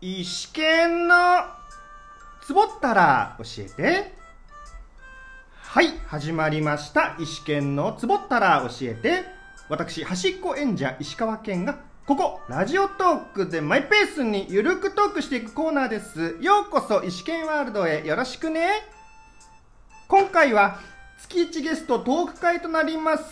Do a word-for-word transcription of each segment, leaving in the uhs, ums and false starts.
石剣のつぼったら教えて。はい、始まりました石剣のつぼったら教えて。私端っこ演者石川県がここラジオトークでマイペースにゆるくトークしていくコーナーです。ようこそ石剣ワールドへよろしくね。今回は月いちゲストトーク会となります。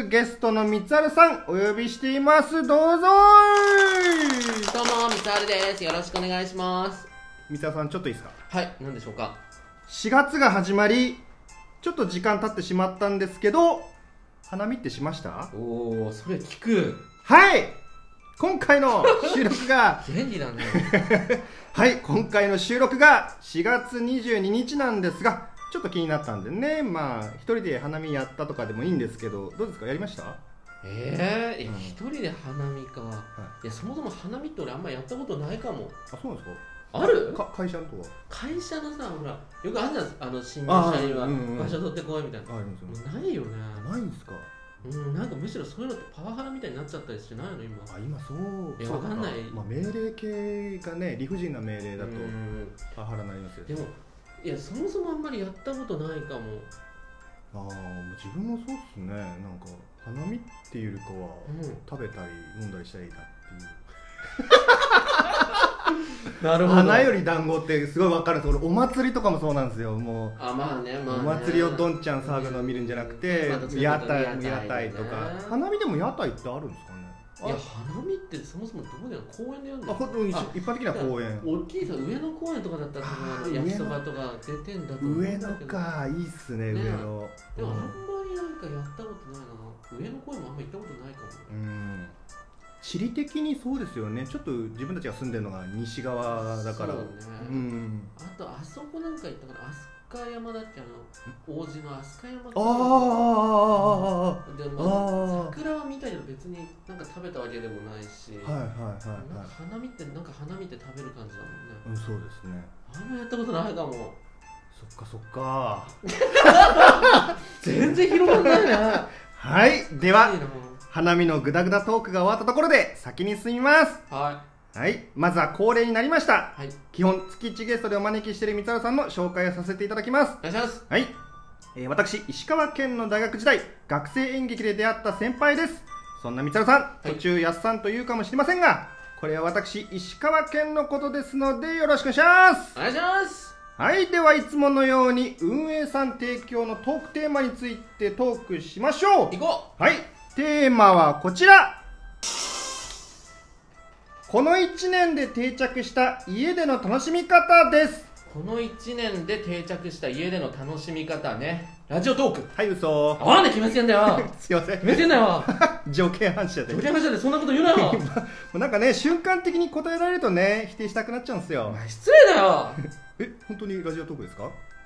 ゲストの三春さんお呼びしています。どうぞー。 どうも三春です。よろしくお願いします。 三春さんちょっといいですか。 はい、何でしょうか。 しがつが始まりちょっと時間経ってしまったんですけど、花見ってしました？ おー、それ聞く。 はい、今回の収録が元気だねはい今回の収録がしがつにじゅうににちなんですが、ちょっと気になったんでね、まあ一人で花見やったとかでもいいんですけど、どうですか、やりました？ えー、いや、一人で花見か、 はい、 いや、そもそも花見って俺あんまやったことないかも。 あ、そうなんですか。 ある？ か会社のとは会社のさ、ほらよくあるじゃん、あの新入社員は、うんうん、場所取ってこいみたいな。 あ、ありますよね。 ないよね。 ないんですか。 うん、なんかむしろそういうのってパワハラみたいになっちゃったりしてないの今。 あ、今そう。 いや、わかんない。 まあ命令系がね、理不尽な命令だとパワハラになりますよね。 でもいや、そもそもあんまりやったことないかも。 ああ、自分もそうっすね。なんか花見っていうよりかは、うん、食べたり飲んだりしたらいいなっていうなるほど。 花より団子ってすごい分かるんです。俺お祭りとかもそうなんですよ。もうあ、まあね、まあね、 お祭りをどんちゃん騒ぐのを見るんじゃなくて、ま、屋台、屋台とか。花見でも屋台ってあるんですかね。 いや、花見ってそもそもどこでやるの？公園でやるの？ あ、本当に一般的な公園。 大きいさ、上野公園とかだったら焼きそばとか出てんだと思う。 上野か、いいっすね、ね、上野。でもあんまりなんかやったことないな。上野公園もあんま行ったことないかも。 うん。地理的にそうですよね。ちょっと自分たちが住んでるのが西側だから。そうね。うん。 あとあそこなんか行ったから、飛鳥山だっけ、あの王子の飛鳥山。 ああ。 でも桜は見たけど別になんか食べたわけでもないし。 はいはいはいはい。 なんか花見ってなんか花見って食べる感じだもんね。 うん、そうですね。 あんまやったことないかも。 そっかそっか。 全然広がんないね。 はい、では。花見のグダグダトークが終わったところで先に進みます。 はい、 はい、まずは恒例になりました、 はい、 基本月いちゲストでお招きしている三春さんの紹介をさせていただきます。 お願いします。 はい、えー、私石川県の大学時代学生演劇で出会った先輩です。そんな三春さん、はい、途中やっさんと言うかもしれませんが、これは私石川県のことですのでよろしくお願いします。 お願いします。 はい、ではいつものように運営さん提供のトークテーマについてトークしましょう。 行こう。はい、テーマはこちら。このいちねんで定着した家での楽しみ方です。 このいちねんで定着した家での楽しみ方ね。ラジオトーク。 はい、嘘。 あんで決めてんだよすいません、 決めてんだよ条件反射で条件反射でそんなこと言うなよなんかね、瞬間的に答えられるとね、否定したくなっちゃうんですよ。 失礼だよえ、本当にラジオトークですか？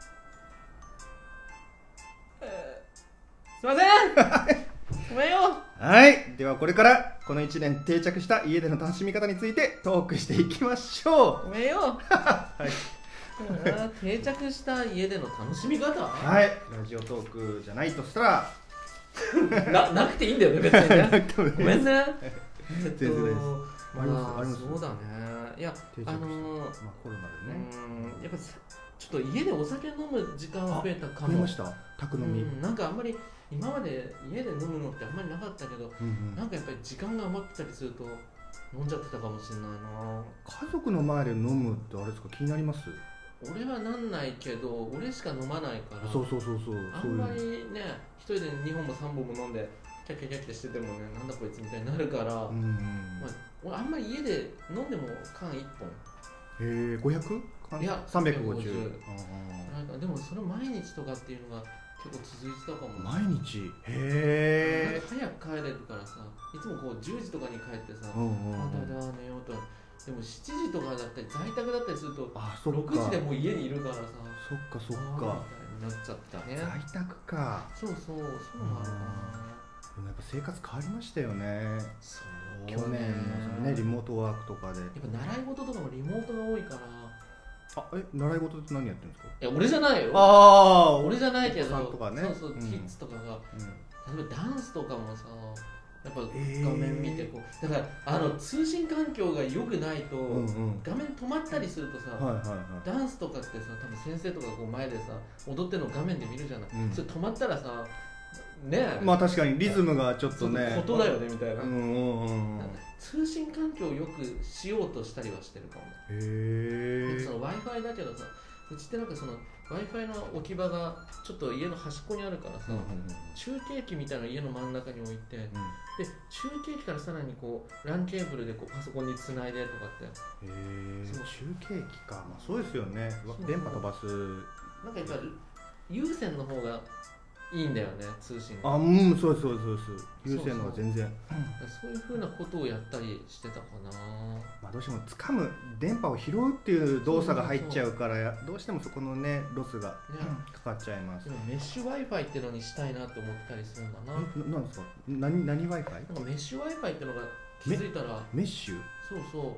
すいませんごめんよ。 はい、ではこれからこのいちねん定着した家での楽しみ方についてトークしていきましょう。ごめんよはい定着した家での楽しみ方。 はい、ラジオトークじゃないとしたらな, なくていいんだよね別にねごめんね全然です。 まあそうだね。いや、あのー、 まあコロナでね、 うん、やっぱちょっと家でお酒飲む時間は増えたかも。 増えました。宅飲み、 うん、なんかあんまり今まで家で飲むのってあんまりなかったけど、うんうん、なんかやっぱり時間が余ってたりすると飲んじゃってたかもしれないな。 家族の前で飲むってあれですか、気になります？ 俺はなんないけど、俺しか飲まないから。 そうそうそうそう。 あんまりね、一人でにほんもさんぼんも飲んでキャッキャキャッキャしててもね、なんだこいつみたいになるから、うん、まあ、俺あんまり家で飲んでも缶いっぽん。 へえ、ごひゃく？ いや、 さんびゃくごじゅう。 なんかでもそれ毎日とかっていうのが結構続いてたかも。 毎日？へえ。 早く帰れるからさ、いつもこうじゅうじとかに帰ってさ、うんうんうん、あだだ寝ようと。でもしちじとかだったり在宅だったりすると、あ、そっか、ろくじでもう家にいるからさ、 そっかそっかみたいになっちゃったね。 在宅か。 そうそう、そういうのもあるかな。 でもやっぱ生活変わりましたよね。 そうね、 去年のね、リモートワークとかでやっぱ習い事とかもリモートが多いから。 あ、え、習い事って何やってるんですか？ いや、俺じゃないよ。 ああ、 俺じゃないけど、 とかね、 そうそう、キッズとかが、例えばダンスとかもさ、 やっぱ画面見てこう、だからあの通信環境が良くないと、うんうん、画面止まったりするとさ、はいはいはい、ダンスとかってさ多分先生とかこう前でさ踊ってるの画面で見るじゃない、うん、それ止まったらさね、 まあ確かにリズムがちょっとねことだよねみたいな、 うんうんうん、 通信環境を良くしようとしたりはしてるかも。へえ。その Wi-Fi だけどさ、うちってなんかその Wi-Fi の置き場がちょっと家の端っこにあるからさ、うんうんうん、中継機みたいなの家の真ん中に置いて、うん、で中継機からさらにこう ラン ケーブルでこうパソコンにつないでとかって。へえ。中継機か、まあ、そうですよね。電波飛ばす。 なんかやっぱ有線の方がいいんだよね、通信が。あ、うん、そうですそうですそうです。有線の方が全然。 そういう風なことをやったりしてたかな。 まあどうしても掴む電波を拾うっていう動作が入っちゃうから、どうしてもそこのねロスが、ね、かかっちゃいます。 でもメッシュ Wi-Fi ってのにしたいなって思ったりするんだな。 な、なんですか？何何 Wi-Fi？ なんかメッシュ Wi-Fi ってのが気づいたら。 メッシュ？ そうそう。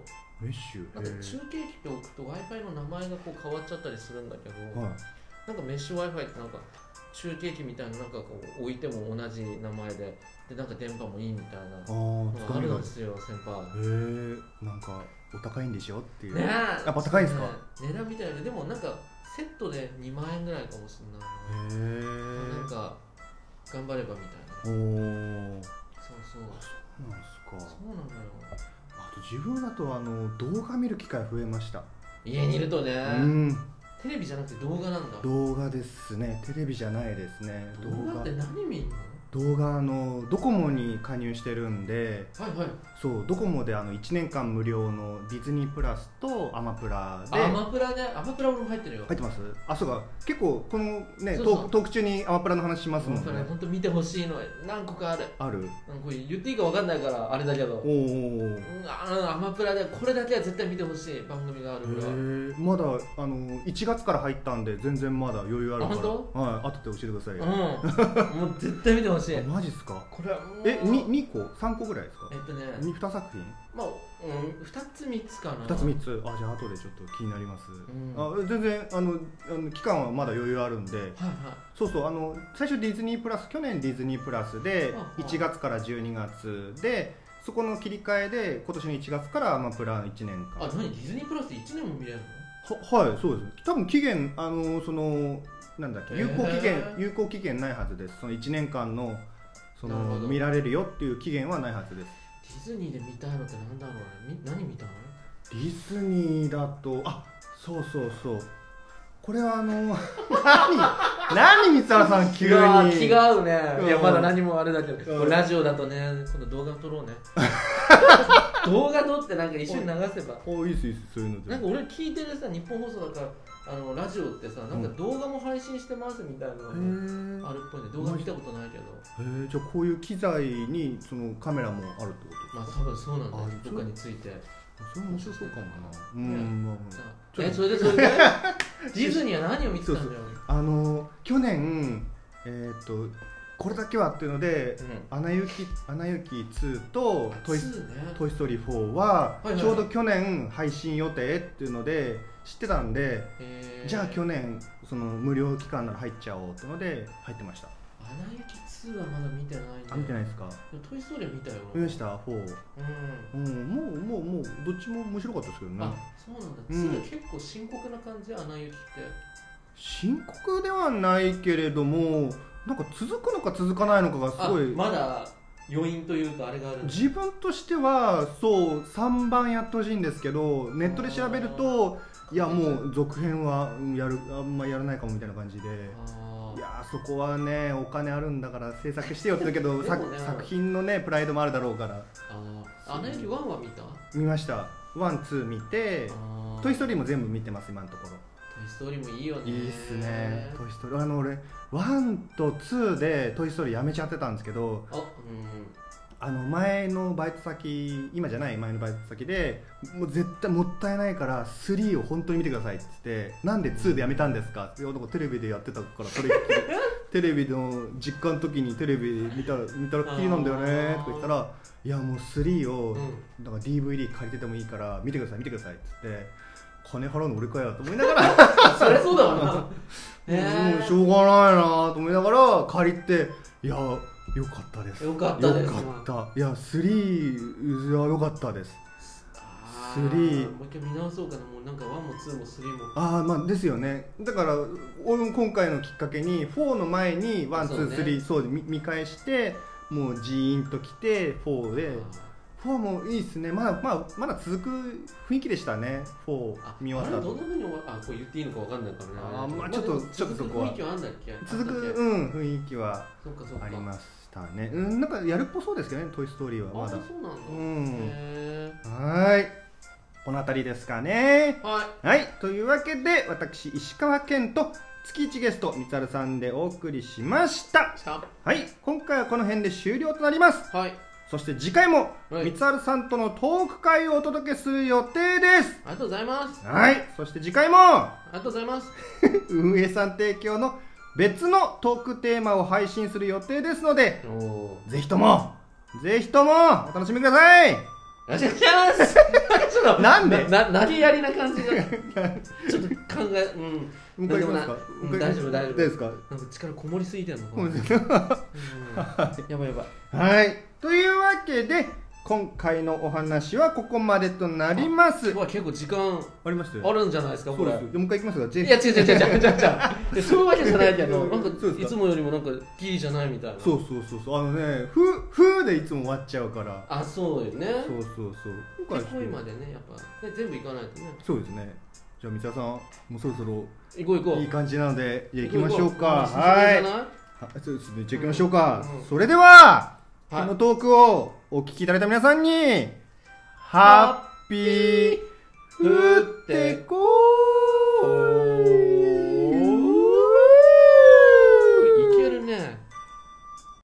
メッシュ。 なんか中継機って置くと Wi-Fi の名前がこう変わっちゃったりするんだけど、はい、なんかメッシュ Wi-Fi ってなんか中継機みたいななんかこう置いても同じ名前で、でなんか電波もいいみたいなのがあるんですよ、先輩。 へえ、なんかお高いんでしょっていう。ねえ。やっぱ高いんですか？ね、 値段みたいで、でもなんかセットでにまんえんぐらいかもしれないな。へえ。なんか頑張ればみたいな。おお。そうそう。 そうなんですか。 そうなのよ。 あと自分だとあの動画見る機会増えました。 家にいるとね。うん。テレビじゃなくて動画なんだ。 動画ですね。テレビじゃないですね。 動画って何見るの？ 動画のドコモに加入してるんで、はいはい、そうドコモであのいちねんかん無料のディズニープラスとアマプラで。 アマプラね、アマプラ俺も入ってるよ。 入ってます？あ、そうか。結構このねトーク、トーク中にアマプラの話しますもんね。 アマプラ本当見てほしいの何個かある。 ある。 これ言っていいか分かんないからあれだけど。おお。アマプラでこれだけは絶対見てほしい番組があるから。 まだあのいちがつから入ったんで全然まだ余裕あるから。本当？はい。後で教えてくださいよ。 うん。もう絶対見てほしい。 マジっすか？ これはもうえ、ににこさんこぐらいですか？ えっとね、 にさく品？ まあ、うん、ふたつみっつかな。 ふたつみっつ。あ、じゃあ後でちょっと気になります。うん、あ、全然あのあの期間はまだ余裕あるんで、はいはい、そうそう、あの最初ディズニープラス、去年ディズニープラスでいちがつからじゅうにがつで、そこの切り替えで今年のいちがつからアマプラいちねんかん。 あ、何ディズニープラスいちねんも見れるの？は、はい、そうです。多分期限あのそのなんだっけ、有効期限有効期限ないはずです。そのいちねんかんのその見られるよっていう期限はないはずです。 ディズニーで見たいのってなんだろうね。何見たの？ ディズニーだと、あ、そうそうそう。これはあの何何三沢さん急に気が合うね。いやまだ何もあれだけど、ラジオだとね、今度動画撮ろうね。動画撮ってなんか一緒に流せば。 お、いいっすいいっす、そういうので。 なんか俺聞いてるさ、日本放送だからあのラジオってさ、なんか動画も配信してますみたいなのがあるっぽいね。動画見たことないけど。 へえ、じゃあこういう機材にそのカメラもあるってこと？ まあ多分そうなんだよ。どっかについて。 それ面白そうかもな。 うん、まあ、え、それでそれでディズニーは何を見てたんだよ。 あの去年えっとこれだけはっていうので、アナ雪アナ雪ツーとトイトイストーリーフォーはちょうど去年配信予定っていうので知ってたんで、じゃあ去年その無料期間なら入っちゃおうっていうので入ってました。 アナ雪ツーはまだ見てないね。 あ、見てないですか？ トイストーリー見たよ。 見ました？フォー。うん。うん、もうもうもうどっちも面白かったですけどね。 あ、そうなんだ。ツー、うん、結構深刻な感じ？アナ雪って。 深刻ではないけれども、なんか続くのか続かないのかがすごい。 まだ余韻というかあれがある。 自分としてはそうさんばんやってほしいんですけど、ネットで調べるといやもう続編はやるあんまやらないかもみたいな感じで。いやそこはねお金あるんだから制作してよって言うけど、ね、作, 作品のねプライドもあるだろうから。 あ、アナ雪ワンは見た？ 見ました。ワン、ツー見て、トイストーリーも全部見てます今のところ。 トイストーリーもいいよね。 いいっすね。トイストーリー、あの俺ワンとツーでトイストーリーやめちゃってたんですけど、あ、うん、あの前のバイト先、今じゃない前のバイト先でもう絶対もったいないからスリーを本当に見てくださいって言って、なんでツーでやめたんですかって、なんかテレビでやってたからそれテレビの実家の時にテレビで見たら見たらっきりなんだよねとか言ったら、いやもうスリーをだから ディーブイディー 借りててもいいから見てください見てくださいって言って、金払うの俺かやと思いながらそりゃそうだわなもうしょうがないなと思いながら借りて、いやよかったです。 よかったです。 よかった。いやスリーはよかったです。スリーもう一回見直そうかな。もうなんかワンもツーもスリーも。 ああまあですよね。だから俺も今回のきっかけにフォーの前にワンツースリーそうで見見返してもうジーンときてフォーで。フォーもいいですね。まだまあまだ続く雰囲気でしたね。フォー見終わった後。 どんな風に終わあこれ言っていいのかわかんないからね。 あまあちょっとちょっとそこは。 雰囲気はあんだっけ？ 続くうん雰囲気はありましたね。うんなんかやるっぽそうですけどね。トイストーリーはまだ。 あそうなんだ。 うん。 へはい。この辺りですかね。 はい。 はいというわけで私石川健と月一ゲストみつあるさんでお送りしました。はい今回はこの辺で終了となります。 はい。 そして次回もみつあるさんとのトーク会をお届けする予定です。 ありがとうございます。 はいそして次回もありがとうございます運営さん提供の別のトークテーマを配信する予定ですのでぜひともぜひともお楽しみください。 よろしくお願いしますちょっとなんでな投げやりな感じがちょっと考えうん向かいますか、 うん、大丈夫大丈夫ですか。 なんか力こもりすぎてんの、うん、やばいやばい。 はいというわけで今回のお話はここまでとなります。 今日は結構時間ありましたよ。 あるんじゃないですかこれ。 もう一回いきますがぜひ。 いや違う違う違う違う違う違うそういうわけじゃないけどなんかいつもよりもなんかギリじゃないみたいな。 そうそうそうそうあのねふふでいつも終わっちゃうから。 あそうよね。 そうそうそう今回恋までねやっぱね全部いかないとね。 そうですね。じゃあ三田さんもうそろそろ行こう行こういい感じなのでじゃあ行きましょうか。 はいそうですねじゃあ行きましょうか。それではこのトークをお聞きいただいた皆さんにハッピー降ってこー